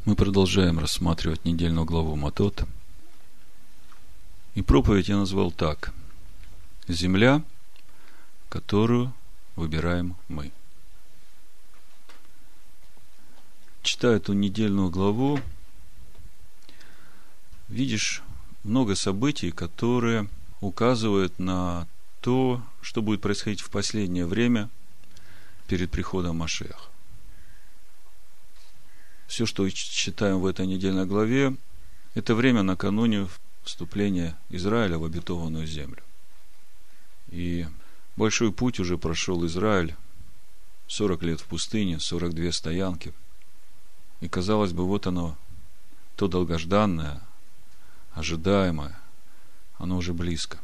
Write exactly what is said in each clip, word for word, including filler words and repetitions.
Мы продолжаем рассматривать недельную главу Матот. И проповедь я назвал так: земля, которую выбираем мы. Читая эту недельную главу, видишь много событий, которые указывают на то, что будет происходить в последнее время перед приходом Машиаха. Все, что читаем в этой недельной главе, это время накануне вступления Израиля в обетованную землю. И большой путь уже прошел Израиль, сорок лет в пустыне, сорок две стоянки. И казалось бы, вот оно, то долгожданное, ожидаемое, оно уже близко.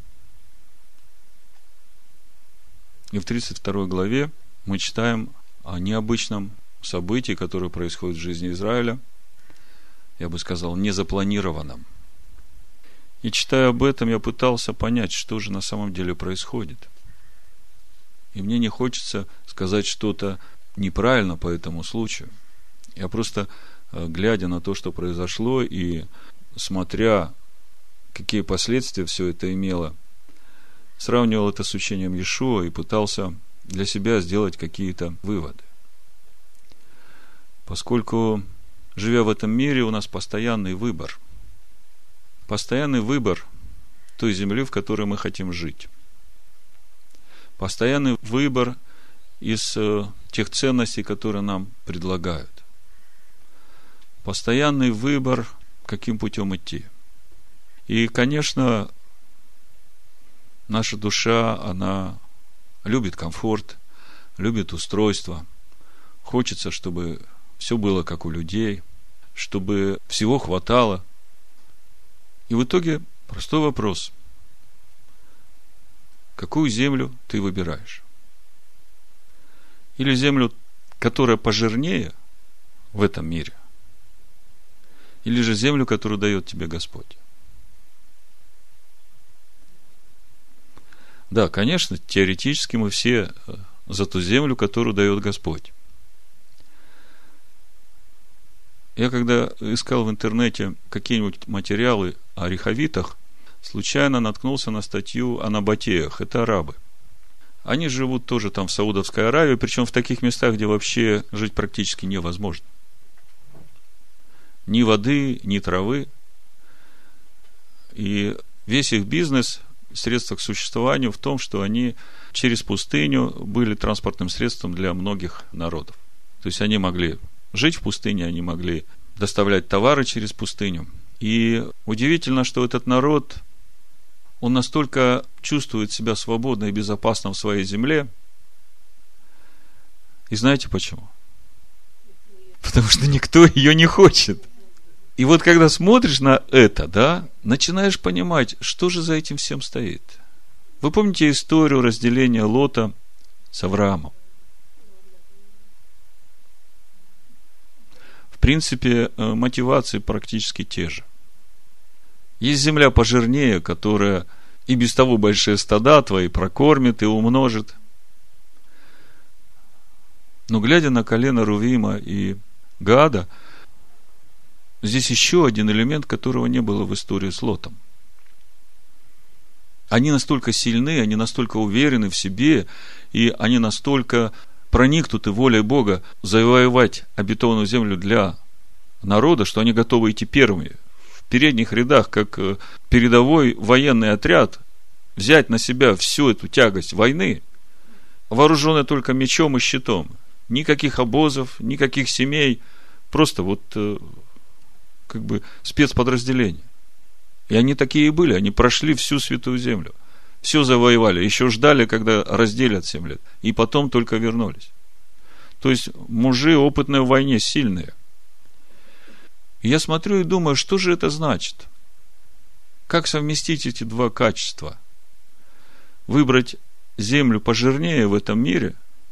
И в тридцать второй главе мы читаем о необычном событий, которые происходят в жизни Израиля, я бы сказал, незапланированном. И читая об этом, я пытался понять, что же на самом деле происходит. И мне не хочется сказать что-то неправильно по этому случаю. Я просто, глядя на то, что произошло, и смотря, какие последствия все это имело, сравнивал это с учением Иешуа и пытался для себя сделать какие-то выводы. Поскольку, живя в этом мире, у нас постоянный выбор. Постоянный выбор той земли, в которой мы хотим жить. Постоянный выбор из тех ценностей, которые нам предлагают. Постоянный выбор, каким путем идти. И, конечно, наша душа, она любит комфорт, любит устройство. Хочется, чтобы все было как у людей, чтобы всего хватало. И в итоге простой вопрос: какую землю ты выбираешь? Или землю, которая пожирнее в этом мире? Или же землю, которую дает тебе Господь? Да, конечно, теоретически мы все за ту землю, которую дает Господь. Я когда искал в интернете какие-нибудь материалы о рехавитах, случайно наткнулся на статью о набатеях. Это арабы. Они живут тоже там в Саудовской Аравии, причем в таких местах, где вообще жить практически невозможно. Ни воды, ни травы. И весь их бизнес, средство к существованию в том, что они через пустыню были транспортным средством для многих народов. То есть они могли жить в пустыне, они могли доставлять товары через пустыню. И удивительно, что этот народ, он настолько чувствует себя свободно и безопасно в своей земле. И знаете почему? Потому что никто ее не хочет. И вот когда смотришь на это, да, начинаешь понимать, что же за этим всем стоит. Вы помните историю разделения Лота с Авраамом? В принципе, мотивации практически те же. Есть земля пожирнее, которая и без того большие стада твои прокормит и умножит. Но глядя на колено Рувима и Гаада, здесь еще один элемент, которого не было в истории с Лотом. Они настолько сильны, они настолько уверены в себе, и они настолько проникнуты волей Бога завоевать обетованную землю для народа, что они готовы идти первыми, в передних рядах, как передовой военный отряд, взять на себя всю эту тягость войны, вооруженные только мечом и щитом. Никаких обозов, никаких семей, просто вот как бы спецподразделения. И они такие и были, они прошли всю святую землю. Все завоевали, еще ждали, когда разделят семь лет, и потом только вернулись. То есть мужи опытные в войне, сильные. И я смотрю и думаю, что же это значит? Как совместить эти два качества? Выбрать землю пожирнее в этом мире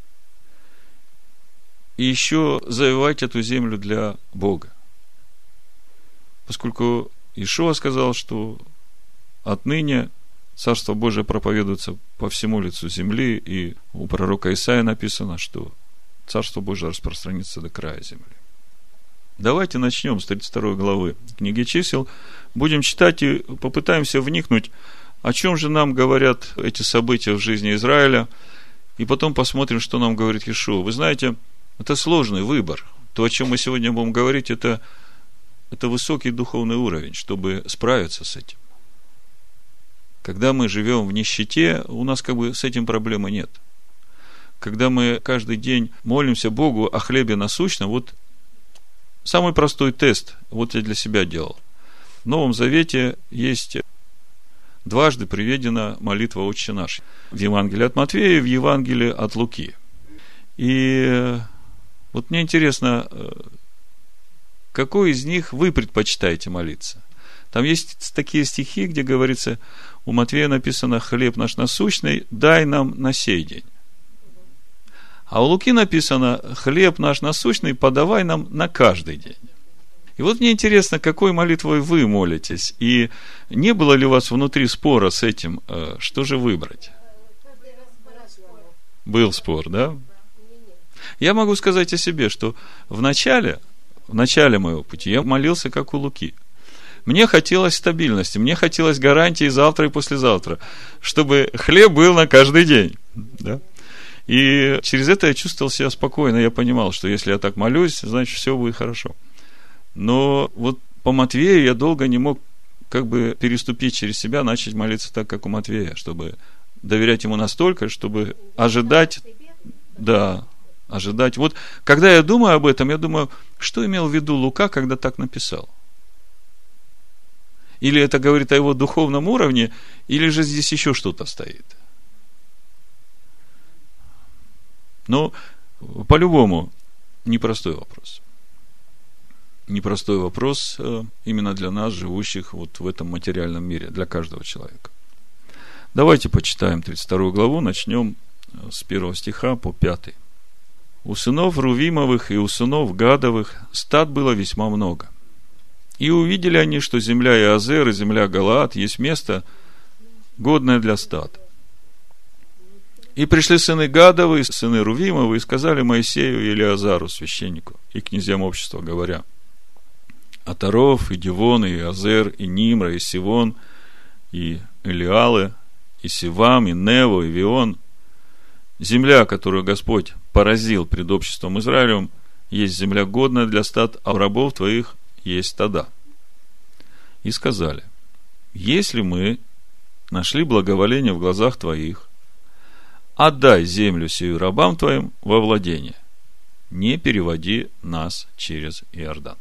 и еще завоевать эту землю для Бога. Поскольку Иешуа сказал, что отныне Царство Божие проповедуется по всему лицу земли, и у пророка Исаии написано, что Царство Божие распространится до края земли. Давайте начнем с тридцать второй главы книги Чисел. Будем читать и попытаемся вникнуть, о чем же нам говорят эти события в жизни Израиля, и потом посмотрим, что нам говорит Иешуа. Вы знаете, это сложный выбор. То, о чем мы сегодня будем говорить, это, это высокий духовный уровень, чтобы справиться с этим. Когда мы живем в нищете, у нас как бы с этим проблемы нет. Когда мы каждый день молимся Богу о хлебе насущном, вот самый простой тест, вот я для себя делал. В Новом Завете есть дважды приведена молитва «Отче наш» в Евангелии от Матфея и в Евангелии от Луки. И вот мне интересно, какой из них вы предпочитаете молиться? Там есть такие стихи, где говорится, у Матфея написано «Хлеб наш насущный, дай нам на сей день». А у Луки написано «Хлеб наш насущный, подавай нам на каждый день». И вот мне интересно, какой молитвой вы молитесь, и не было ли у вас внутри спора с этим, что же выбрать? Был спор, да? Я могу сказать о себе, что в начале, в начале моего пути я молился, как у Луки. Мне хотелось стабильности, мне хотелось гарантии завтра и послезавтра, чтобы хлеб был на каждый день, да? И через это я чувствовал себя спокойно, я понимал, что если я так молюсь, значит, все будет хорошо. Но вот по Матвею я долго не мог как бы переступить через себя, начать молиться так, как у Матвея, чтобы доверять ему настолько, чтобы ожидать, да, ожидать. Вот когда я думаю об этом, я думаю, что имел в виду Лука, когда так написал? Или это говорит о его духовном уровне, или же здесь еще что-то стоит? Но по-любому непростой вопрос. Непростой вопрос именно для нас, живущих вот в этом материальном мире, для каждого человека. Давайте почитаем тридцать вторую главу, начнем с первого стиха по пятый. «У сынов Рувимовых и у сынов Гадовых стад было весьма много. И увидели они, что земля Иозер и земля Галаад есть место, годное для стад. И пришли сыны Гадовы, сыны Рувимовы, и сказали Моисею и Елеазару, священнику, и князьям общества, говоря: Атаров, и Дивон, и Иозер, и Нимра, и Сивон, и Элиалы, и Сивам, и Нево, и Вион, земля, которую Господь поразил пред обществом Израилем, есть земля годная для стад, а у рабов твоих есть стада. И сказали: если мы нашли благоволение в глазах твоих, отдай землю сию рабам твоим во владение, не переводи нас через Иордан».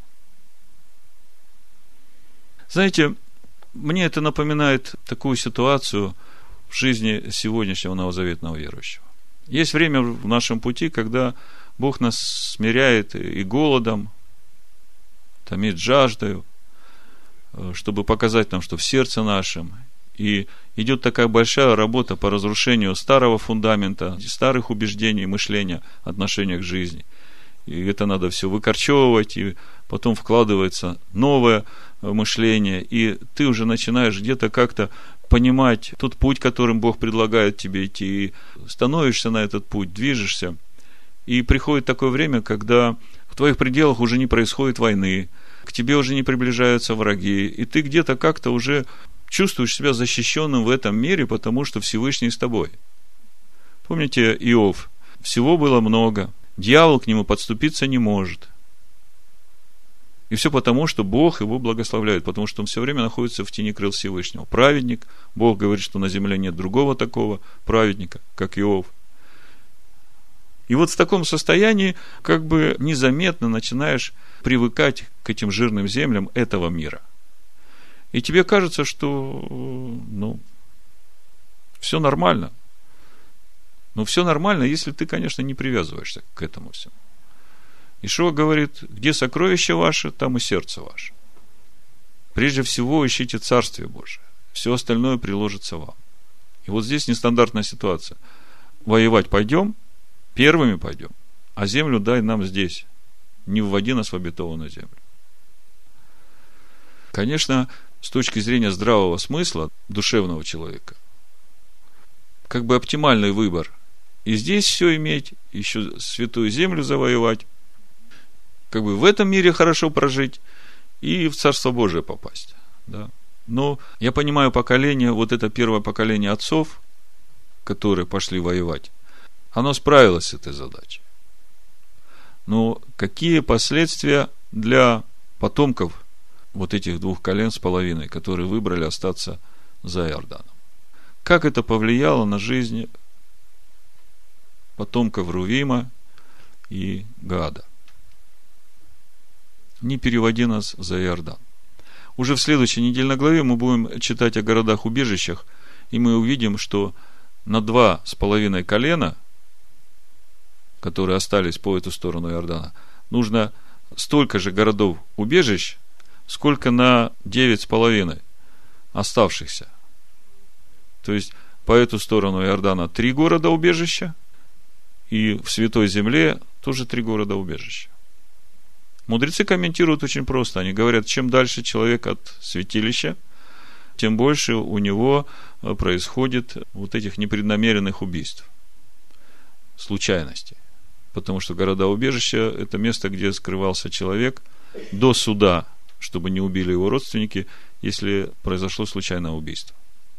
Знаете, мне это напоминает такую ситуацию в жизни сегодняшнего новозаветного верующего. Есть время в нашем пути, когда Бог нас смиряет и голодом, томит жаждою, чтобы показать нам, что в сердце нашем, и идет такая большая работа по разрушению старого фундамента, старых убеждений, мышления, отношения к жизни. И это надо все выкорчевывать, и потом вкладывается новое мышление, и ты уже начинаешь где-то как-то понимать тот путь, которым Бог предлагает тебе идти, и становишься на этот путь, движешься, и приходит такое время, когда в твоих пределах уже не происходит войны, к тебе уже не приближаются враги, и ты где-то как-то уже чувствуешь себя защищенным в этом мире, потому что Всевышний с тобой. Помните Иов? Всего было много, дьявол к нему подступиться не может. И все потому, что Бог его благословляет, потому что он все время находится в тени крыл Всевышнего. Праведник, Бог говорит, что на земле нет другого такого праведника, как Иов. И вот в таком состоянии, как бы незаметно начинаешь привыкать к этим жирным землям этого мира. И тебе кажется, что, ну, все нормально. Но все нормально, если ты, конечно, не привязываешься к этому всему. Иешуа говорит: где сокровище ваше, там и сердце ваше. Прежде всего ищите Царствие Божие, все остальное приложится вам. И вот здесь нестандартная ситуация. Воевать пойдем, первыми пойдем, а землю дай нам здесь, не вводи нас в обетованную землю. Конечно, с точки зрения здравого смысла душевного человека, как бы оптимальный выбор и здесь все иметь, еще святую землю завоевать. как бы в этом мире хорошо прожить и в Царство Божие попасть. Да? Но я понимаю поколение, вот это первое поколение отцов, которые пошли воевать, оно справилось с этой задачей. Но какие последствия для потомков вот этих двух колен с половиной, которые выбрали остаться за Иорданом? Как это повлияло на жизнь потомков Рувима и Гаада? Не переводи нас за Иордан. Уже в следующей недельной главе мы будем читать о городах-убежищах, и мы увидим, что на два с половиной колена, которые остались по эту сторону Иордана, нужно столько же городов-убежищ, сколько на девять с половиной оставшихся. То есть, по эту сторону Иордана три города-убежища, и в Святой Земле тоже три города-убежища. Мудрецы комментируют очень просто. Они говорят, чем дальше человек от святилища, тем больше у него происходит вот этих непреднамеренных убийств, случайностей. Потому что города-убежища – это место, где скрывался человек до суда, чтобы не убили его родственники, если произошло случайное убийство.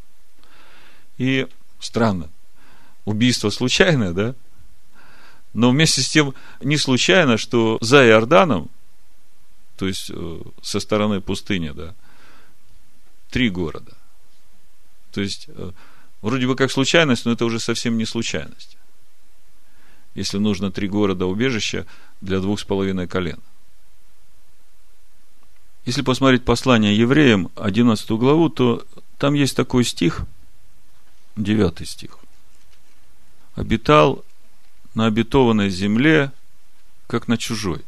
И странно, убийство случайное, да? Но вместе с тем не случайно, что за Иорданом, то есть со стороны пустыни, да, три города. То есть вроде бы как случайность, но это уже совсем не случайность. Если нужно три города-убежища для двух с половиной колен. Если посмотреть послание евреям, одиннадцатую главу, то там есть такой стих, девятый стих. «Обитал на обетованной земле, как на чужой».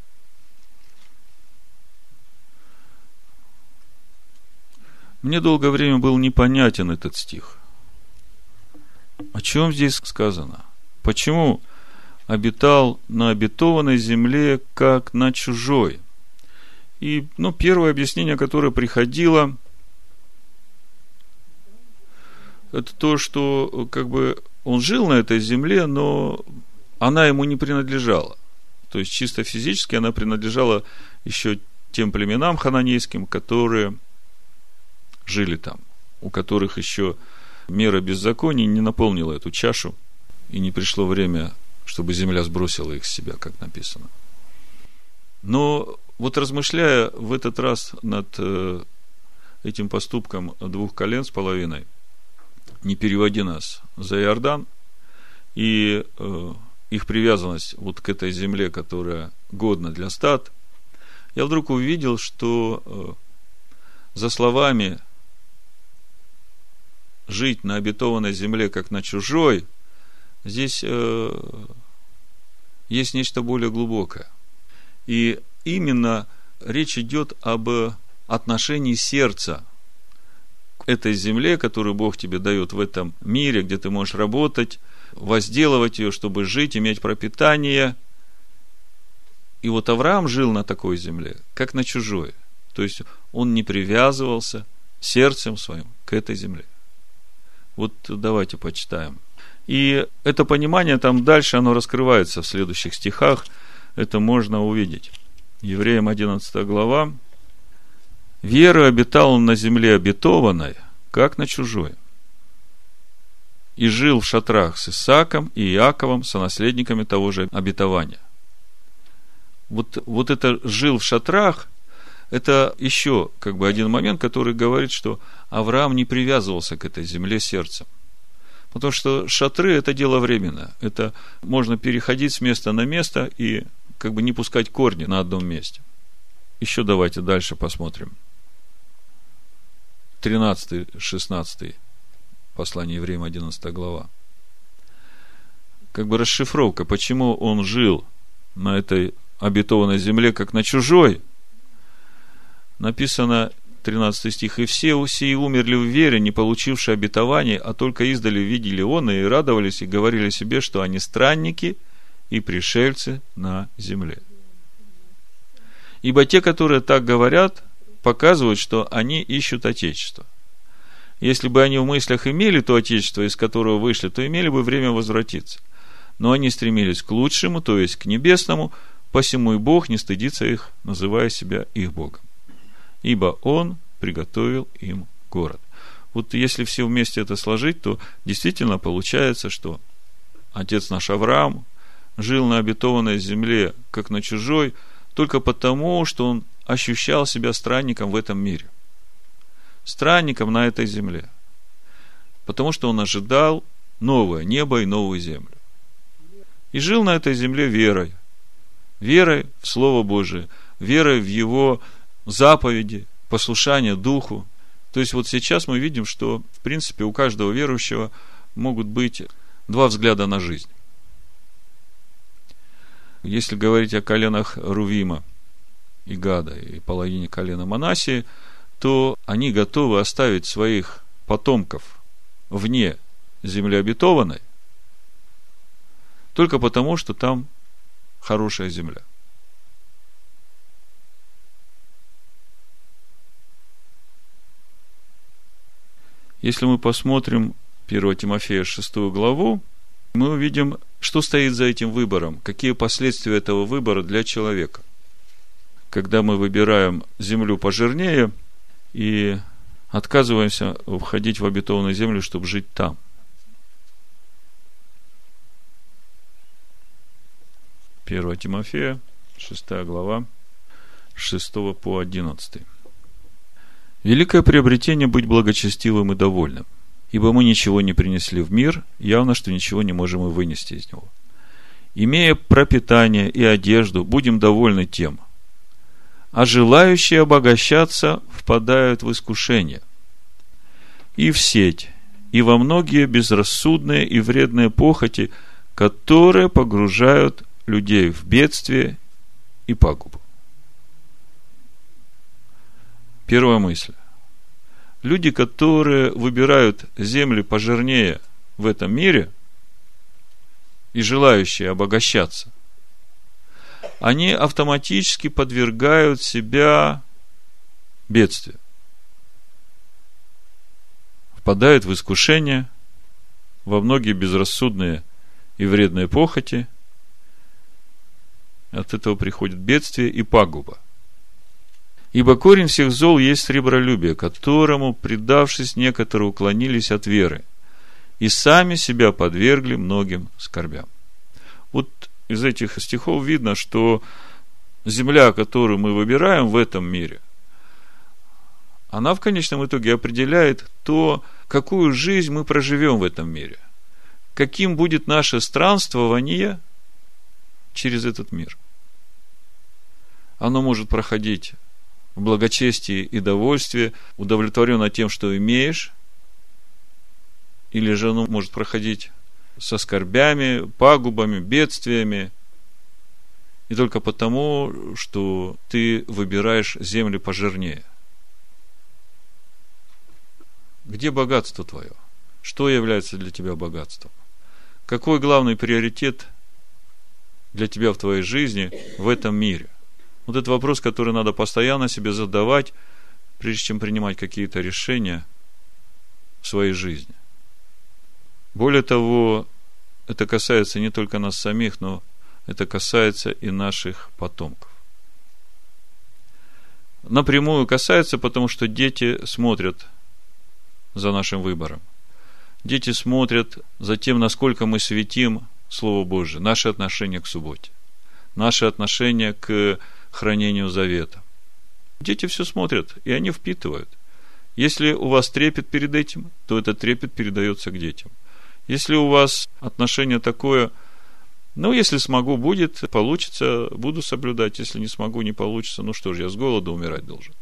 Мне долгое время был непонятен этот стих. О чем здесь сказано? Почему обитал на обетованной земле, как на чужой? И, ну, первое объяснение, которое приходило, это то, что, как бы, он жил на этой земле, но она ему не принадлежала. То есть, чисто физически она принадлежала еще тем племенам хананейским, которые жили там, у которых еще мера беззаконий не наполнила эту чашу, и не пришло время, чтобы земля сбросила их с себя, как написано. Но вот размышляя в этот раз над этим поступком двух колен с половиной, не переводи нас за Иордан, и э, их привязанность вот к этой земле, которая годна для стад, я вдруг увидел, что э, за словами «жить на обетованной земле, как на чужой», здесь э, есть нечто более глубокое. И именно речь идет об отношении сердца к этой земле, которую Бог тебе дает в этом мире, где ты можешь работать, возделывать ее, чтобы жить, иметь пропитание. И вот Авраам жил на такой земле, как на чужой. То есть он не привязывался сердцем своим к этой земле. Вот давайте почитаем. И это понимание там дальше, оно раскрывается в следующих стихах. Это можно увидеть. Евреям одиннадцатая глава. «Верой обитал он на земле обетованной, как на чужой. И жил в шатрах с Исааком и Иаковом, сонаследниками того же обетования». Вот, вот это «жил в шатрах» это еще как бы один момент, который говорит, что Авраам не привязывался к этой земле сердцем. Потому что шатры – это дело временное. Это можно переходить с места на место и как бы не пускать корни на одном месте. Еще давайте дальше посмотрим. тринадцатый шестнадцатый послание евреям, одиннадцатая глава. Как бы расшифровка, почему он жил на этой обетованной земле, как на чужой. Написано, тринадцатый стих: «И все усии умерли в вере, не получившие обетований, а только издали видели он, и радовались, и говорили себе, что они странники и пришельцы на земле». Ибо те, которые так говорят, показывают, что они ищут Отечество. Если бы они в мыслях имели то Отечество, из которого вышли, то имели бы время возвратиться. Но они стремились к лучшему, то есть к небесному, посему и Бог не стыдится их, называя себя их Богом. Ибо Он приготовил им город. Вот если все вместе это сложить, то действительно получается, что отец наш Авраам жил на обетованной земле, как на чужой, только потому, что он ощущал себя странником в этом мире. Странником на этой земле. Потому что он ожидал новое небо и новую землю. И жил на этой земле верой. Верой в Слово Божие, верой в Его заповеди, послушание Духу. То есть вот сейчас мы видим, что в принципе у каждого верующего могут быть два взгляда на жизнь. Если говорить о коленах Рувима и Гада и половине колена Манассии, то они готовы оставить своих потомков вне земли обетованной только потому, что там хорошая земля. Если мы посмотрим первое Тимофея шестую главу, мы увидим, что стоит за этим выбором, какие последствия этого выбора для человека. Когда мы выбираем землю пожирнее и отказываемся входить в обетованную землю, чтобы жить там. первое Тимофея, шестая глава, с шестого по одиннадцатый. Великое приобретение быть благочестивым и довольным, ибо мы ничего не принесли в мир, явно, что ничего не можем и вынести из него. Имея пропитание и одежду, будем довольны тем. А желающие обогащаться впадают в искушение и в сеть, и во многие безрассудные и вредные похоти, которые погружают людей в бедствие и пагубу. Первая мысль. Люди, которые выбирают земли пожирнее в этом мире и желающие обогащаться, они автоматически подвергают себя бедствию. Впадают в искушение, во многие безрассудные и вредные похоти. От этого приходит бедствие и пагуба. Ибо корень всех зол есть сребролюбие, которому, предавшись, некоторые уклонились от веры и сами себя подвергли многим скорбям. Вот из этих стихов видно, что земля, которую мы выбираем в этом мире, она в конечном итоге определяет то, какую жизнь мы проживем в этом мире, каким будет наше странствование через этот мир. Оно может проходить в благочестии и довольстве, удовлетворенно тем, что имеешь, или же оно может проходить со скорбями, пагубами, бедствиями, и только потому, что ты выбираешь земли пожирнее. Где богатство твое? Что является для тебя богатством? Какой главный приоритет для тебя в твоей жизни в этом мире? Вот это вопрос, который надо постоянно себе задавать, прежде чем принимать какие-то решения в своей жизни. Более того, это касается не только нас самих, но это касается и наших потомков. Напрямую касается, потому что дети смотрят за нашим выбором. Дети смотрят за тем, насколько мы светим Слово Божие, наше отношение к субботе, наше отношение к хранению завета. Дети все смотрят, и они впитывают. Если у вас трепет перед этим, то этот трепет передается к детям. Если у вас отношение такое, ну, если смогу, будет, получится, буду соблюдать, если не смогу, не получится, ну что ж, я с голода умирать должен.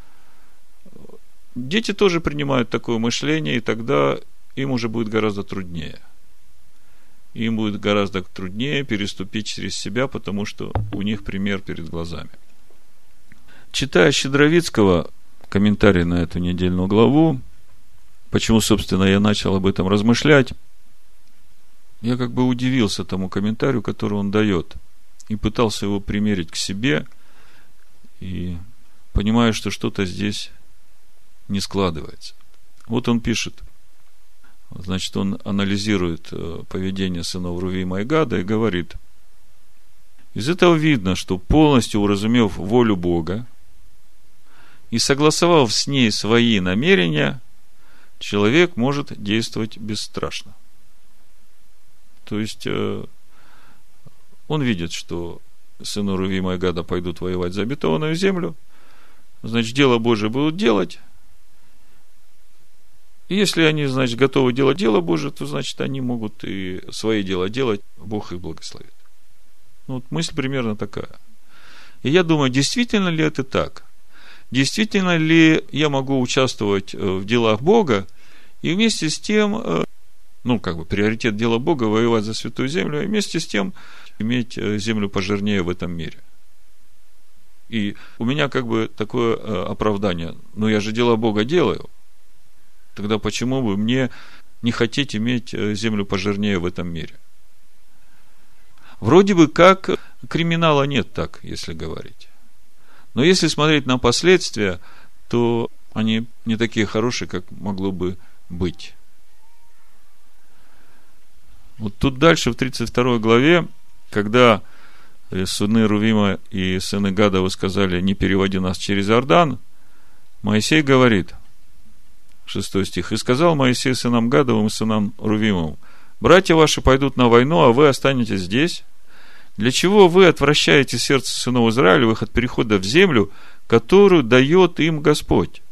Дети тоже принимают такое мышление, и тогда им уже будет гораздо труднее. Им будет гораздо труднее переступить через себя, потому что у них пример перед глазами. Читая Щедровицкого, комментарий на эту недельную главу, почему, собственно, я начал об этом размышлять, я как бы удивился тому комментарию, который он дает, и пытался его примерить к себе, и понимаю, что что-то здесь не складывается. Вот он пишет, значит, он анализирует поведение сынов Рувима и Гада и говорит: Из этого видно, что полностью уразумев волю Бога и согласовав с ней свои намерения, человек может действовать бесстрашно. То есть, он видит, что сыны Рувима и Гада пойдут воевать за обетованную землю, значит, дело Божие будут делать. И если они, значит, готовы делать дело Божие, то, значит, они могут и свои дела делать, Бог их благословит. Ну, вот мысль примерно такая. И я думаю, действительно ли это так? Действительно ли я могу участвовать в делах Бога и вместе с тем, ну, как бы, приоритет дела Бога воевать за святую землю, и вместе с тем иметь землю пожирнее в этом мире? И у меня как бы такое оправдание: ну, я же дела Бога делаю, тогда почему бы мне не хотеть иметь землю пожирнее в этом мире? Вроде бы как криминала нет, так, если говорить. Но если смотреть на последствия, то они не такие хорошие, как могло бы быть. Вот тут дальше, в тридцать второй главе, когда сыны Рувима и сыны Гада сказали: не переводи нас через Иордан, Моисей говорит, шестой стих: и сказал Моисей сынам Гадовым и сынам Рувимовым: братья ваши пойдут на войну, а вы останетесь здесь. Для чего вы отвращаете сердце сынов Израилевых от перехода в землю, которую дает им Господь?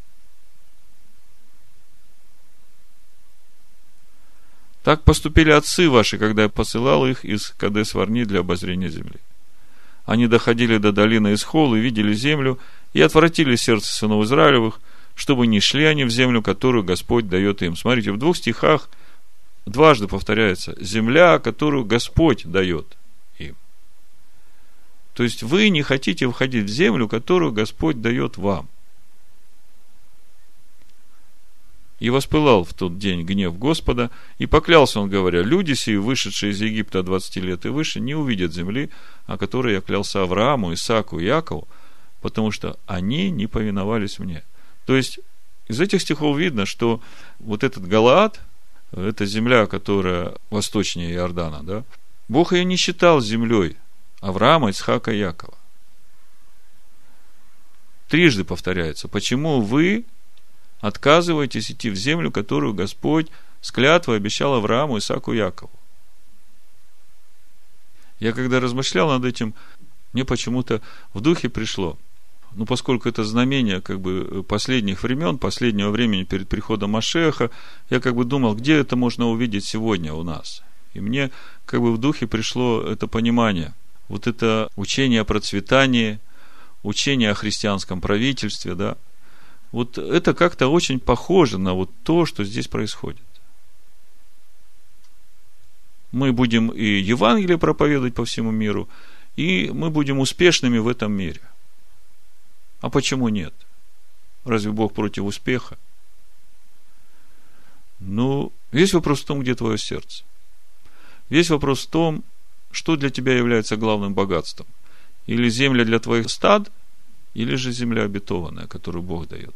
Так поступили отцы ваши, когда я посылал их из Кадес-Варни для обозрения земли. Они доходили до долины Исхол и видели землю, и отвратили сердце сынов Израилевых, чтобы не шли они в землю, которую Господь дает им. Смотрите, в двух стихах дважды повторяется: земля, которую Господь дает им. То есть вы не хотите входить в землю, которую Господь дает вам. И воспылал в тот день гнев Господа, и поклялся он, говоря: люди сии, вышедшие из Египта двадцати лет и выше, не увидят земли, о которой я клялся Аврааму, Исааку и Якову, потому что они не повиновались мне. То есть из этих стихов видно, что вот этот Галаад, эта земля, которая восточнее Иордана, да, Бог ее не считал землей Авраама, Исхака и Якова. Трижды повторяется: почему вы отказываетесь идти в землю, которую Господь с клятвой обещал Аврааму, Исааку и Якову? Я когда размышлял над этим, мне почему-то в духе пришло: ну, поскольку это знамение как бы последних времен, последнего времени перед приходом Машиаха, я как бы думал, где это можно увидеть сегодня у нас. И мне как бы в духе пришло это понимание. Вот это учение о процветании, учение о христианском правительстве, да, вот это как-то очень похоже на вот то, что здесь происходит. Мы будем и Евангелие проповедовать по всему миру, и мы будем успешными в этом мире. А почему нет? Разве Бог против успеха? Ну, весь вопрос в том, где твое сердце. Весь вопрос в том, что для тебя является главным богатством. Или земля для твоих стад, или же земля обетованная, которую Бог дает.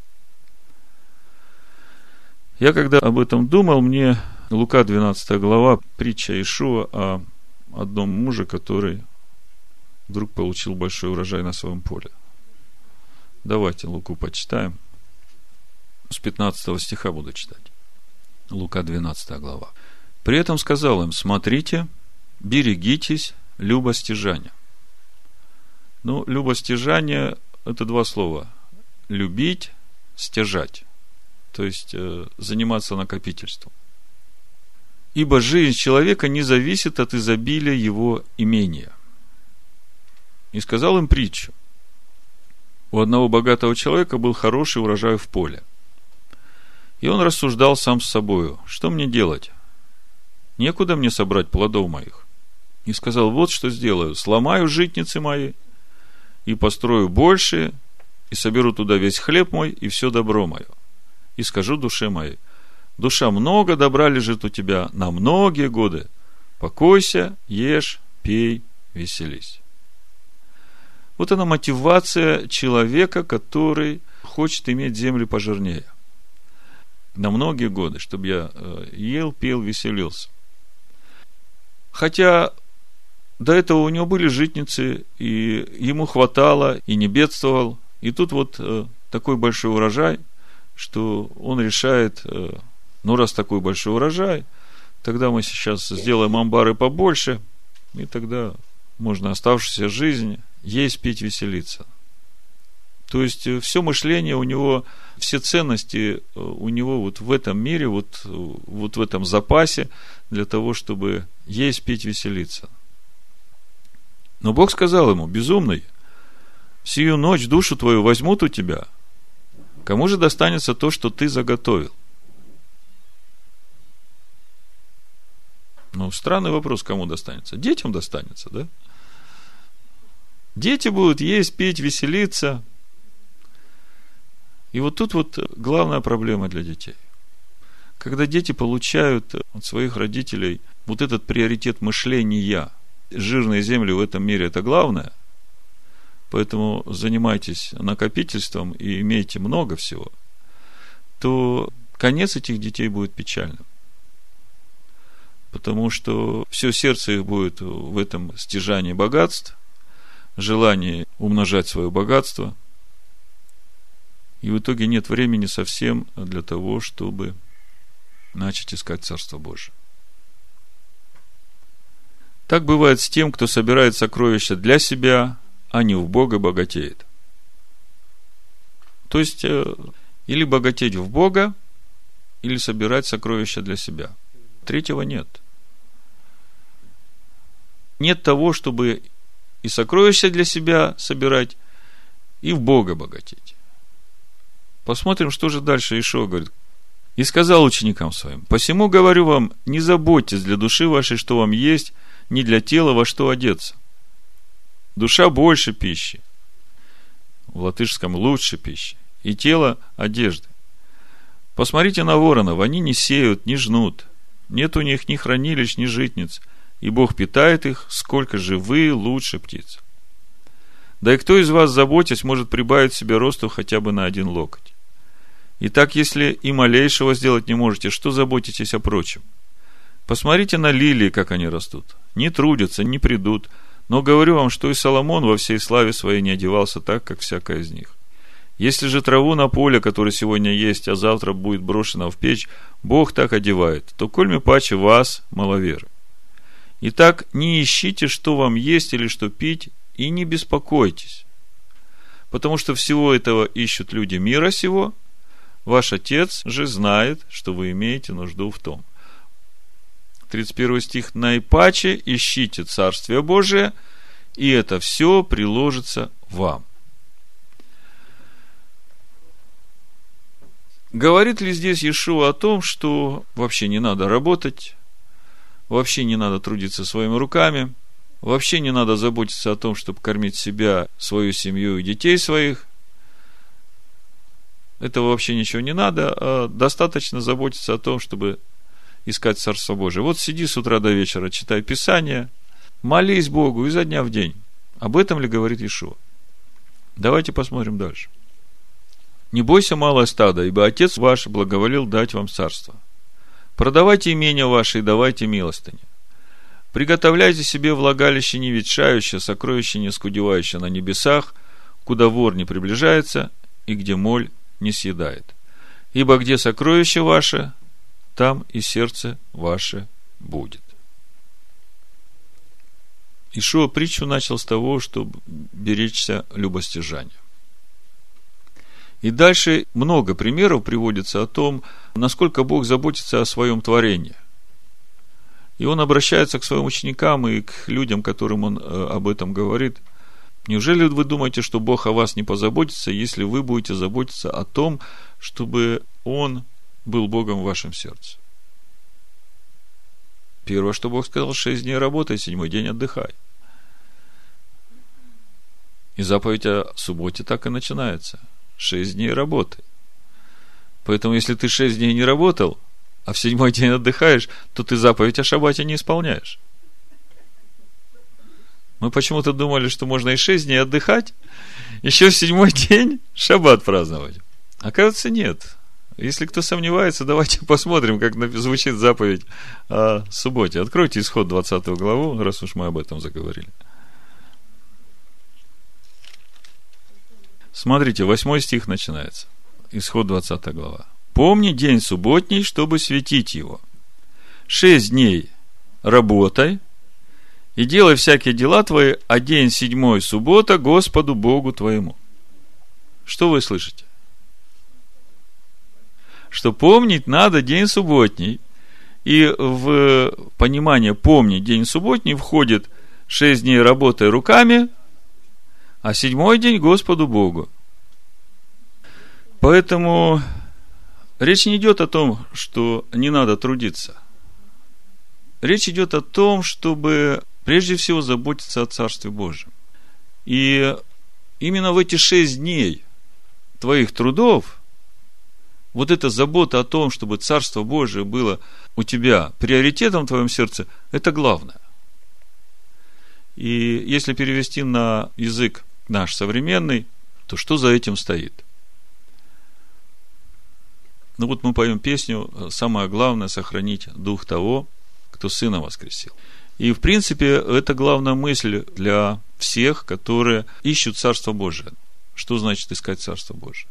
Я когда об этом думал, мне Лука двенадцатая глава, притча Иешуа о одном муже, который вдруг получил большой урожай на своем поле. Давайте Луку почитаем. С пятнадцатого стиха буду читать. Лука двенадцатая глава. При этом сказал им: смотрите, берегитесь любостяжания. Ну, любостяжание – это два слова. Любить, стяжать. То есть, э, заниматься накопительством. Ибо жизнь человека не зависит от изобилия его имения. И сказал им притчу. У одного богатого человека был хороший урожай в поле. И он рассуждал сам с собою: что мне делать? Некуда мне собрать плодов моих. И сказал: вот что сделаю: сломаю житницы мои, и построю больше, и соберу туда весь хлеб мой, и все добро мое. И скажу душе моей: душа, много добра лежит у тебя на многие годы. Покойся, ешь, пей, веселись. Вот она мотивация человека, который хочет иметь землю пожирнее. На многие годы, чтобы я ел, пил, веселился. Хотя до этого у него были житницы, и ему хватало, и не бедствовал. И тут вот э, такой большой урожай, что он решает, э, ну, раз такой большой урожай, тогда мы сейчас сделаем амбары побольше, и тогда можно оставшуюся жизнь есть, пить, веселиться. То есть, все мышление у него, все ценности у него вот в этом мире, вот, вот в этом запасе, для того, чтобы есть, пить, веселиться. Но Бог сказал ему: безумный, сию ночь душу твою возьмут у тебя. Кому же достанется то, что ты заготовил? Ну, странный вопрос, кому достанется? Детям достанется, да? Дети будут есть, пить, веселиться. И вот тут вот главная проблема для детей. Когда дети получают от своих родителей вот этот приоритет мышления, жирные земли в этом мире – это главное, поэтому занимайтесь накопительством и имейте много всего, то конец этих детей будет печальным. Потому что все сердце их будет в этом стяжании богатств, желании умножать свое богатство, и в итоге нет времени совсем для того, чтобы начать искать Царство Божие. Так бывает с тем, кто собирает сокровища для себя, а не в Бога богатеет. То есть, или богатеть в Бога, или собирать сокровища для себя. Третьего нет. Нет того, чтобы и сокровища для себя собирать, и в Бога богатеть. Посмотрим, что же дальше Иешуа говорит. И сказал ученикам своим: посему говорю вам, не заботьтесь для души вашей, что вам есть, ни для тела, во что одеться. Душа больше пищи, в латышском лучше пищи, и тело одежды. Посмотрите на воронов, они не сеют, не жнут, нет у них ни хранилищ, ни житниц, и Бог питает их, сколько же вы лучше птиц. Да и кто из вас, заботясь, может прибавить себе росту хотя бы на один локоть? Итак, если и малейшего сделать не можете, что заботитесь о прочем? Посмотрите на лилии, как они растут. Не трудятся, не придут. Но говорю вам, что и Соломон во всей славе своей не одевался так, как всякая из них. Если же траву на поле, которая сегодня есть, а завтра будет брошена в печь, Бог так одевает, то кольми паче вас, маловеры. Итак, не ищите, что вам есть или что пить, и не беспокойтесь. Потому что всего этого ищут люди мира сего, ваш Отец же знает, что вы имеете нужду в том. тридцать первый стих. Наипаче ищите Царствие Божие, и это все приложится вам. Говорит ли здесь Иешуа о том, что вообще не надо работать, вообще не надо трудиться своими руками, вообще не надо заботиться о том, чтобы кормить себя, свою семью и детей своих? Этого вообще ничего не надо, а достаточно заботиться о том, чтобы искать Царство Божие. Вот сиди с утра до вечера, читай Писание, молись Богу изо дня в день. Об этом ли говорит Иешуа? Давайте посмотрим дальше. Не бойся, малое стадо, ибо Отец ваш благоволил дать вам царство. Продавайте имения ваши и давайте милостыни. Приготовляйте себе влагалище не ветшающее, сокровище не скудевающее на небесах, куда вор не приближается и где моль не съедает. Ибо где сокровище ваше, там и сердце ваше будет. Иешуа притчу начал с того, чтобы беречься любостяжания. И дальше много примеров приводится о том, насколько Бог заботится о своем творении. И Он обращается к своим ученикам и к людям, которым Он об этом говорит. Неужели вы думаете, что Бог о вас не позаботится, если вы будете заботиться о том, чтобы Он был Богом в вашем сердце? Первое, что Бог сказал: шесть дней работай, седьмой день отдыхай. И заповедь о субботе так и начинается. Шесть дней работай. Поэтому, если ты шесть дней не работал, а в седьмой день отдыхаешь, то ты заповедь о шаббате не исполняешь. Мы почему-то думали, что можно и шесть дней отдыхать, еще в седьмой день шаббат праздновать. Оказывается, нет. Если кто сомневается, давайте посмотрим, как звучит заповедь о субботе. Откройте Исход двадцатую главу, раз уж мы об этом заговорили. Смотрите, восьмой стих начинается. Исход двадцатая глава. «Помни день субботний, чтобы светить его. Шесть дней работай и делай всякие дела твои, а день седьмой суббота Господу Богу твоему». Что вы слышите? Что помнить надо день субботний. И в понимание помнить день субботний входит шесть дней работы руками, а седьмой день Господу Богу. Поэтому речь не идет о том, что не надо трудиться. Речь идет о том, чтобы прежде всего заботиться о Царстве Божьем. И именно в эти шесть дней твоих трудов вот эта забота о том, чтобы Царство Божие было у тебя приоритетом в твоем сердце, это главное. И если перевести на язык наш современный, то что за этим стоит? Ну вот мы поем песню «Самое главное – сохранить дух того, кто Сына воскресил». И в принципе это главная мысль для всех, которые ищут Царство Божие. Что значит искать Царство Божие?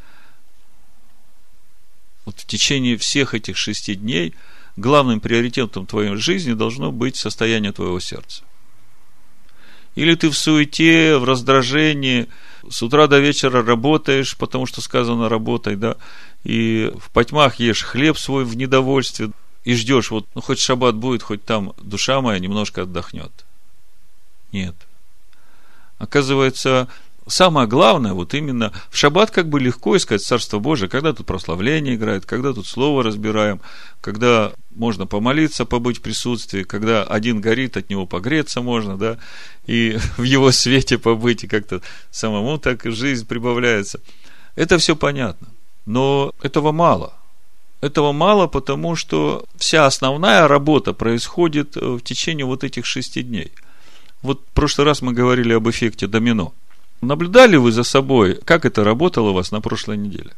Вот в течение всех этих шести дней главным приоритетом твоей жизни должно быть состояние твоего сердца. Или ты в суете, в раздражении, с утра до вечера работаешь, потому что сказано работай, да, и в потьмах ешь хлеб свой в недовольстве, и ждешь, вот, ну, хоть шаббат будет, хоть там душа моя немножко отдохнет. Нет. Оказывается, самое главное, вот именно в шаббат как бы легко искать Царство Божие, когда тут прославление играет, когда тут слово разбираем, когда можно помолиться, побыть в присутствии, когда один горит, от него погреться можно, да, и в его свете побыть, и как-то самому так жизнь прибавляется. Это все понятно. Но этого мало. Этого мало, потому что вся основная работа происходит в течение вот этих шести дней. Вот в прошлый раз мы говорили об эффекте домино. Наблюдали вы за собой, как это работало у вас на прошлой неделе?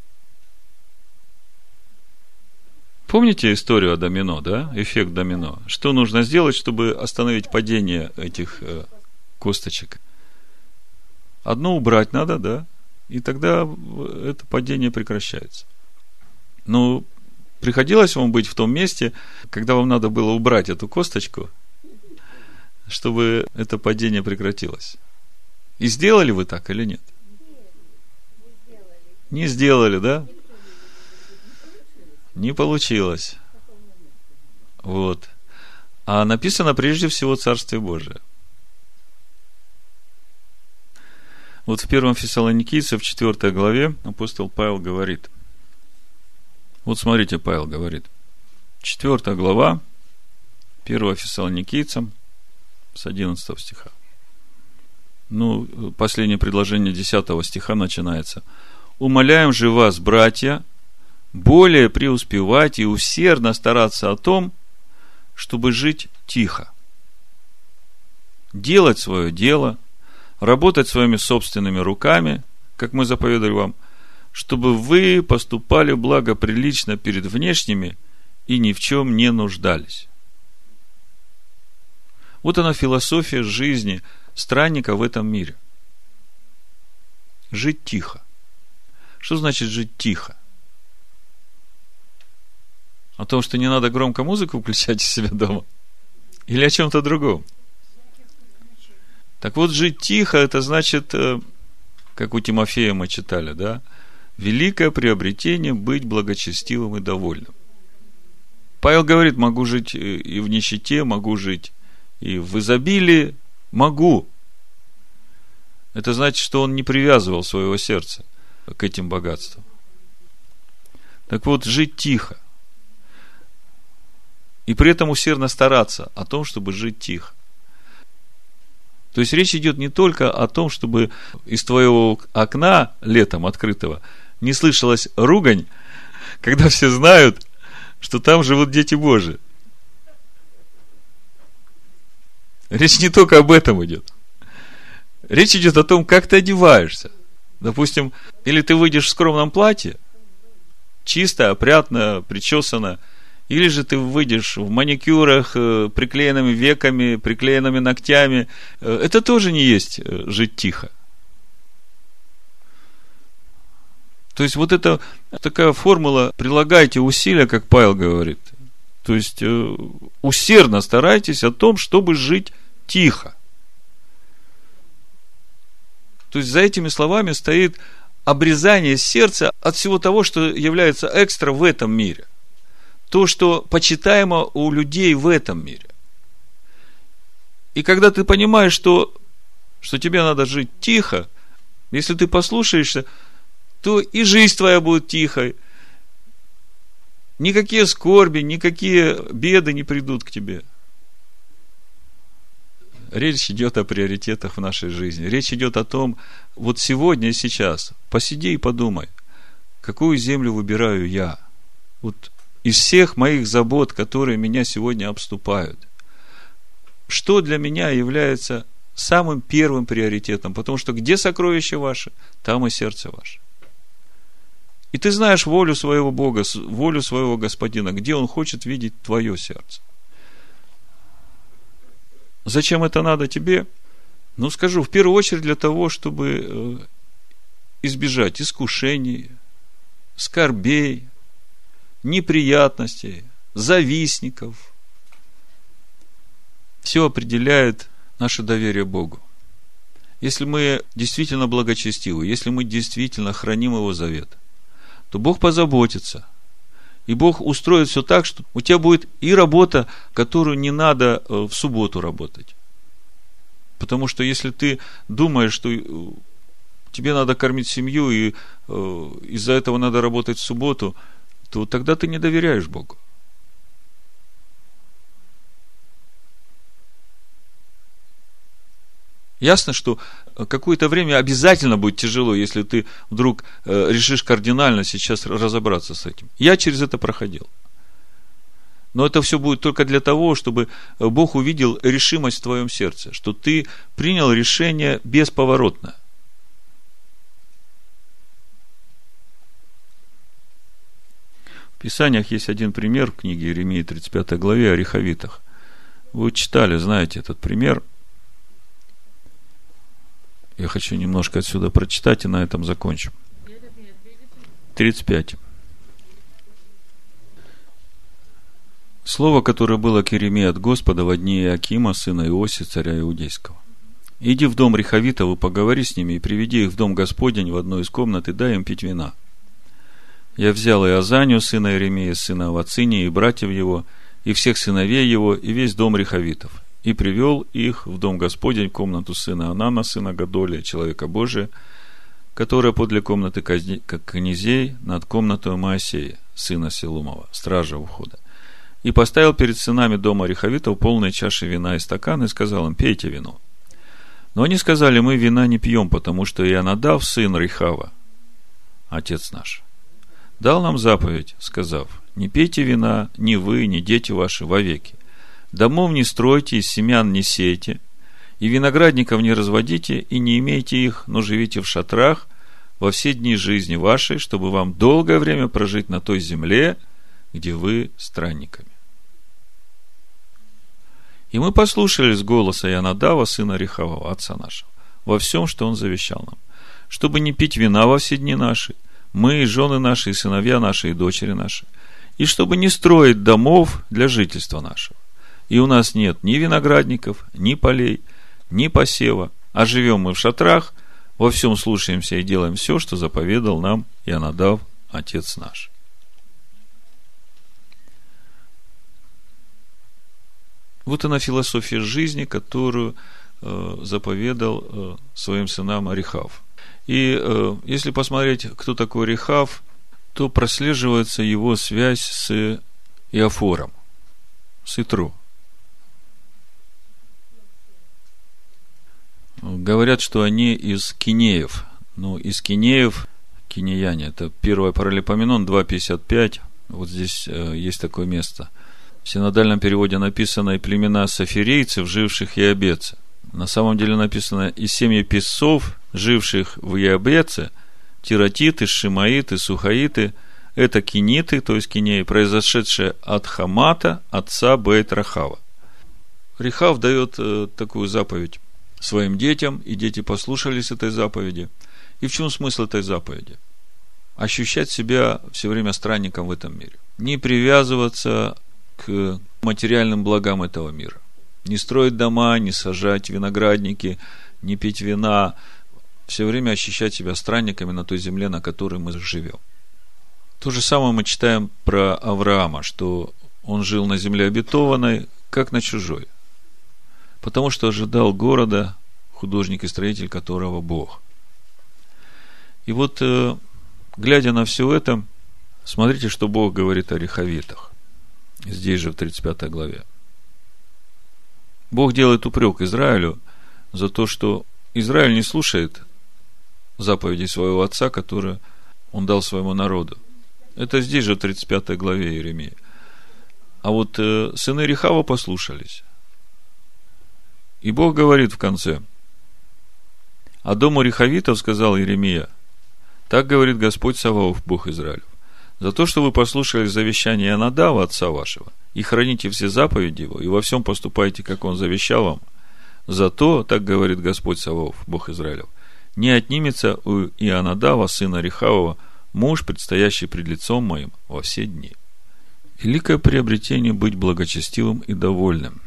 Помните историю о домино, да? Эффект домино. Что нужно сделать, чтобы остановить падение этих э, косточек? Одну убрать надо, да? И тогда это падение прекращается. Но приходилось вам быть в том месте, когда вам надо было убрать эту косточку, чтобы это падение прекратилось. И сделали вы так или нет? Не сделали, да? Не получилось. Вот. А написано прежде всего Царствие Божие. Вот в первом Фессалоникийцам, в четвёртой главе, апостол Павел говорит. Вот смотрите, Павел говорит. четвёртая глава, первого Фессалоникийцам, с одиннадцатого стиха. Ну, последнее предложение десятого стиха начинается. «Умоляем же вас, братья, более преуспевать и усердно стараться о том, чтобы жить тихо, делать свое дело, работать своими собственными руками, как мы заповедали вам, чтобы вы поступали благоприлично перед внешними и ни в чем не нуждались». Вот она философия жизни странника в этом мире. Жить тихо. Что значит жить тихо? О том, что не надо громко музыку включать у себя дома? Или о чем-то другом? Так вот, жить тихо, это значит, как у Тимофея мы читали, да? Великое приобретение быть благочестивым и довольным. Павел говорит, могу жить и в нищете, могу жить и в изобилии, могу. Это значит, что он не привязывал своего сердца к этим богатствам. Так вот, жить тихо. И при этом усердно стараться о том, чтобы жить тихо. То есть речь идет не только о том, чтобы из твоего окна летом открытого не слышалась ругань, когда все знают, что там живут дети Божии. Речь не только об этом идет. Речь идет о том, как ты одеваешься. Допустим, или ты выйдешь в скромном платье, чисто, опрятно, причесано. Или же ты выйдешь в маникюрах, приклеенными веками, приклеенными ногтями. Это тоже не есть жить тихо. То есть, вот это такая формула, прилагайте усилия, как Павел говорит. То есть, усердно старайтесь о том, чтобы жить тихо. То есть, за этими словами стоит обрезание сердца от всего того, что является экстра в этом мире. То, что почитаемо у людей в этом мире. И когда ты понимаешь, что, что тебе надо жить тихо, если ты послушаешься, то и жизнь твоя будет тихой. Никакие скорби, никакие беды не придут к тебе. Речь идет о приоритетах в нашей жизни. Речь идет о том, вот сегодня и сейчас, посиди и подумай, какую землю выбираю я. Вот из всех моих забот, которые меня сегодня обступают, что для меня является самым первым приоритетом? Потому что где сокровища ваши, там и сердце ваше. И ты знаешь волю своего Бога, волю своего Господина, где Он хочет видеть твое сердце. Зачем это надо тебе? Ну, скажу, в первую очередь для того, чтобы избежать искушений, скорбей, неприятностей, завистников. Все определяет наше доверие Богу. Если мы действительно благочестивы, если мы действительно храним Его завет, то Бог позаботится. И Бог устроит все так, что у тебя будет и работа, которую не надо в субботу работать. Потому что если ты думаешь, что тебе надо кормить семью, и из-за этого надо работать в субботу, то тогда ты не доверяешь Богу. Ясно, что какое-то время обязательно будет тяжело, если ты вдруг решишь кардинально сейчас разобраться с этим. Я через это проходил. Но это все будет только для того, чтобы Бог увидел решимость в твоем сердце, что ты принял решение бесповоротно. В Писаниях есть один пример в книге Иеремии тридцать пятой главе о рехавитах. Вы читали, знаете этот пример. Я хочу немножко отсюда прочитать и на этом закончим. тридцать пять. Слово, которое было к Иеремии от Господа во дни Иоакима, сына Иоси, царя Иудейского. Иди в дом рехавитов и поговори с ними, и приведи их в дом Господень в одну из комнат, и дай им пить вина. Я взял и Азанию, сына Иеремии, сына Авациния, и братьев его, и всех сыновей его, и весь дом рехавитов, и привел их в дом Господень в комнату сына Анана, сына Гадолия, человека Божия, которая подле комнаты как князей над комнатой Моисея, сына Селумова, стража ухода. И поставил перед сынами дома рехавитов полные чаши вина и стаканы, и сказал им: пейте вино. Но они сказали: мы вина не пьем, потому что Ионадав, сын Рехава, отец наш, дал нам заповедь, сказав: не пейте вина ни вы, ни дети ваши вовеки. Домов не стройте, из семян не сейте, и виноградников не разводите, и не имейте их, но живите в шатрах во все дни жизни вашей, чтобы вам долгое время прожить на той земле, где вы странниками. И мы послушались голоса Ионадава, сына Рехавова, отца нашего, во всем, что он завещал нам, чтобы не пить вина во все дни наши, мы, и жены наши, и сыновья наши, и дочери наши, и чтобы не строить домов для жительства нашего. И у нас нет ни виноградников, ни полей, ни посева, а живем мы в шатрах, во всем слушаемся и делаем все, что заповедал нам Ионадав, отец наш. Вот она философия жизни, которую э, заповедал э, своим сынам Рехав. И э, если посмотреть, кто такой Рехав, то прослеживается его связь с Иофором, с Итро. Говорят, что они из Кинеев. Ну, из Кинеев, кинеяне, это первое Паралипоменон два пятьдесят пять. Вот здесь э, есть такое место. В синодальном переводе написано: и племена сафирейцев, живших в Иабеце. На самом деле написано: и семьи песцов, живших в Иабеце, тиратиты, шимаиты, сухаиты, Это киниты, то есть кинеи, произошедшие от Хамата, отца Бейт-Рахава. Рехав дает э, такую заповедь своим детям, и дети послушались этой заповеди. И в чем смысл этой заповеди? Ощущать себя все время странником в этом мире. Не привязываться к материальным благам этого мира. Не строить дома, не сажать виноградники, не пить вина. Все время ощущать себя странниками на той земле, на которой мы живем. То же самое мы читаем про Авраама, что он жил на земле обетованной, как на чужой. Потому что ожидал города, художник и строитель которого Бог. И вот, глядя на все это, смотрите, что Бог говорит о рехавитах. Здесь же в тридцать пятой главе. Бог делает упрек Израилю за то, что Израиль не слушает заповедей своего отца, которые он дал своему народу. Это здесь же в тридцать пятой главе Иеремии. А вот э, сыны Рехава послушались. И Бог говорит в конце: «А дому рехавитов, сказал Иеремия, так говорит Господь Саваоф, Бог Израилев, за то, что вы послушали завещание Ионадава, отца вашего, и храните все заповеди его, и во всем поступаете, как он завещал вам, за то, так говорит Господь Саваоф, Бог Израилев, не отнимется у Ионадава, сына Рехавова, муж, предстоящий пред лицом моим во все дни». Великое приобретение быть благочестивым и довольным.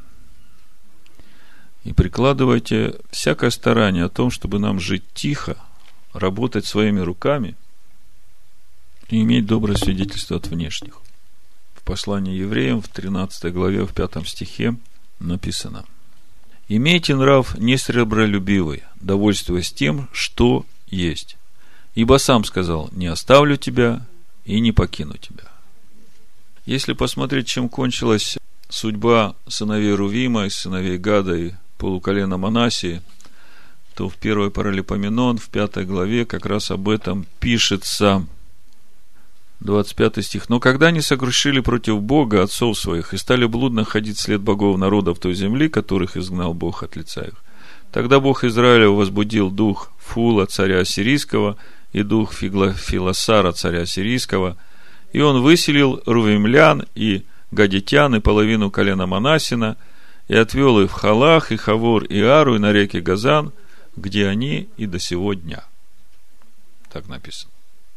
И прикладывайте всякое старание о том, чтобы нам жить тихо, работать своими руками и иметь доброе свидетельство от внешних. В послании евреям в тринадцатой главе, в пятом стихе написано: «Имейте нрав несребролюбивый, довольствуясь тем, что есть. Ибо сам сказал: не оставлю тебя и не покину тебя». Если посмотреть, чем кончилась судьба сыновей Рувима и сыновей Гада и полуколена Манассии, то в первой Паралипоменон, в пятой главе, как раз об этом пишется. двадцать пятый стих. «Но когда они согрешили против Бога, отцов своих, и стали блудно ходить вслед богов народов той земли, которых изгнал Бог от лица их, тогда Бог Израиля возбудил дух Фула, царя Ассирийского, и дух Филосара, царя Ассирийского, и он выселил рувимлян и гадитян и половину колена Манассина, и отвел их в Халах, и Хавор, и Ару, и на реке Газан, где они и до сего дня». Так написано.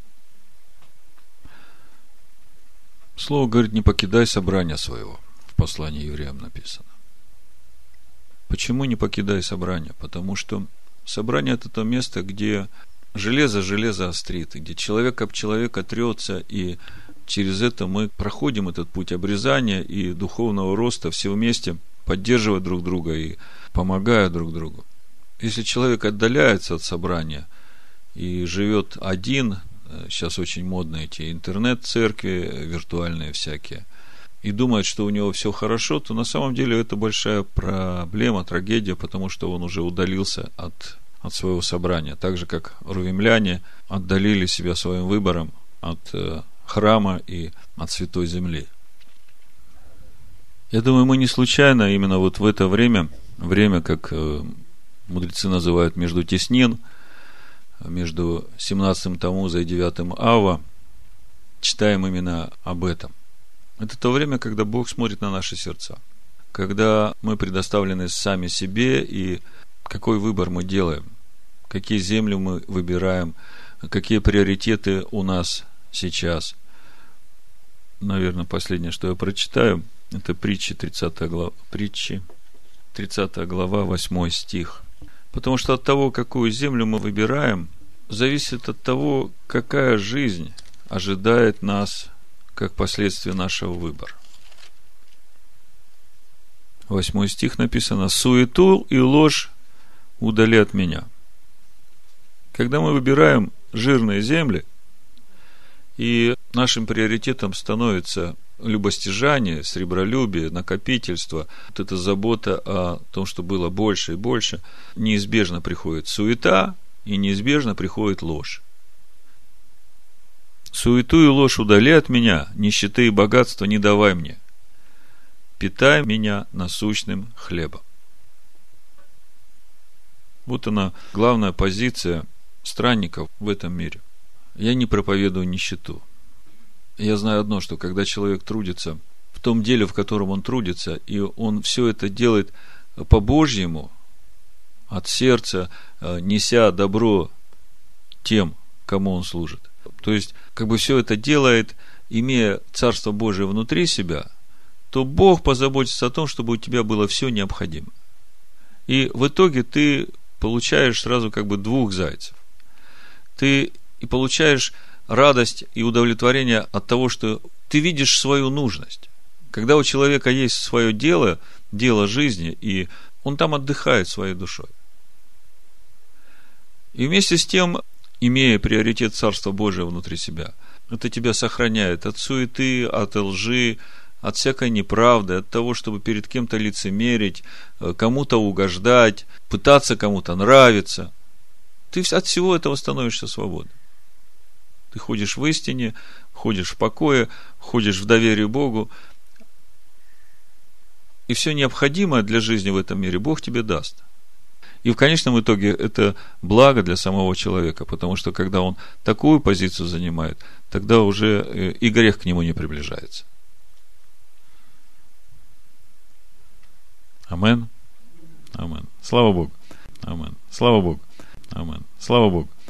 Слово говорит: не покидай собрания своего. В послании евреям написано. Почему не покидай собрания? Потому что собрание — это то место, где железо железо острит, где человек об человека трется, и через это мы проходим этот путь обрезания и духовного роста, все вместе поддерживая друг друга и помогая друг другу. Если человек отдаляется от собрания и живет один, сейчас очень модны эти интернет-церкви, виртуальные всякие, и думает, что у него все хорошо, то на самом деле это большая проблема, трагедия, потому что он уже удалился от, от своего собрания. Так же, как рувимляне отдалили себя своим выбором от э, храма и от святой земли. Я думаю, мы не случайно именно вот в это время, время, как э, мудрецы называют междутеснин, между семнадцатым Тамуза и девятым Ава, читаем именно об этом. Это то время, когда Бог смотрит на наши сердца, когда мы предоставлены сами себе, и какой выбор мы делаем, какие земли мы выбираем, какие приоритеты у нас сейчас. Наверное, последнее, что я прочитаю, это притчи, тридцатая глава, притчи, тридцатая глава, восьмой стих. Потому что от того, какую землю мы выбираем, зависит от того, какая жизнь ожидает нас как последствие нашего выбора. Восьмой стих написано: «Суету и ложь удали от меня». Когда мы выбираем жирные земли, и нашим приоритетом становится любостяжание, сребролюбие, накопительство, вот эта забота о том, что было больше и больше, неизбежно приходит суета, и неизбежно приходит ложь. «Суету и ложь удали от меня, нищеты и богатства не давай мне. Питай меня насущным хлебом». Вот она, главная позиция странников в этом мире. Я не проповедую нищету. Я знаю одно, что когда человек трудится в том деле, в котором он трудится, и он все это делает по-божьему, от сердца, неся добро тем, кому он служит. То есть, как бы все это делает, имея Царство Божие внутри себя, то Бог позаботится о том, чтобы у тебя было все необходимое. И в итоге ты получаешь сразу как бы двух зайцев. Ты и получаешь радость и удовлетворение от того, что ты видишь свою нужность. Когда у человека есть свое дело, дело жизни, и он там отдыхает своей душой. И вместе с тем, имея приоритет Царства Божия внутри себя, это тебя сохраняет от суеты, от лжи, от всякой неправды, от того, чтобы перед кем-то лицемерить, кому-то угождать, пытаться кому-то нравиться. Ты от всего этого становишься свободным. Ты ходишь в истине, ходишь в покое, ходишь в доверие Богу. И все необходимое для жизни в этом мире Бог тебе даст. И в конечном итоге это благо для самого человека, потому что когда он такую позицию занимает, тогда уже и грех к нему не приближается. Амен. Амен. Слава Богу. Амен. Слава Богу. Амен. Слава Богу.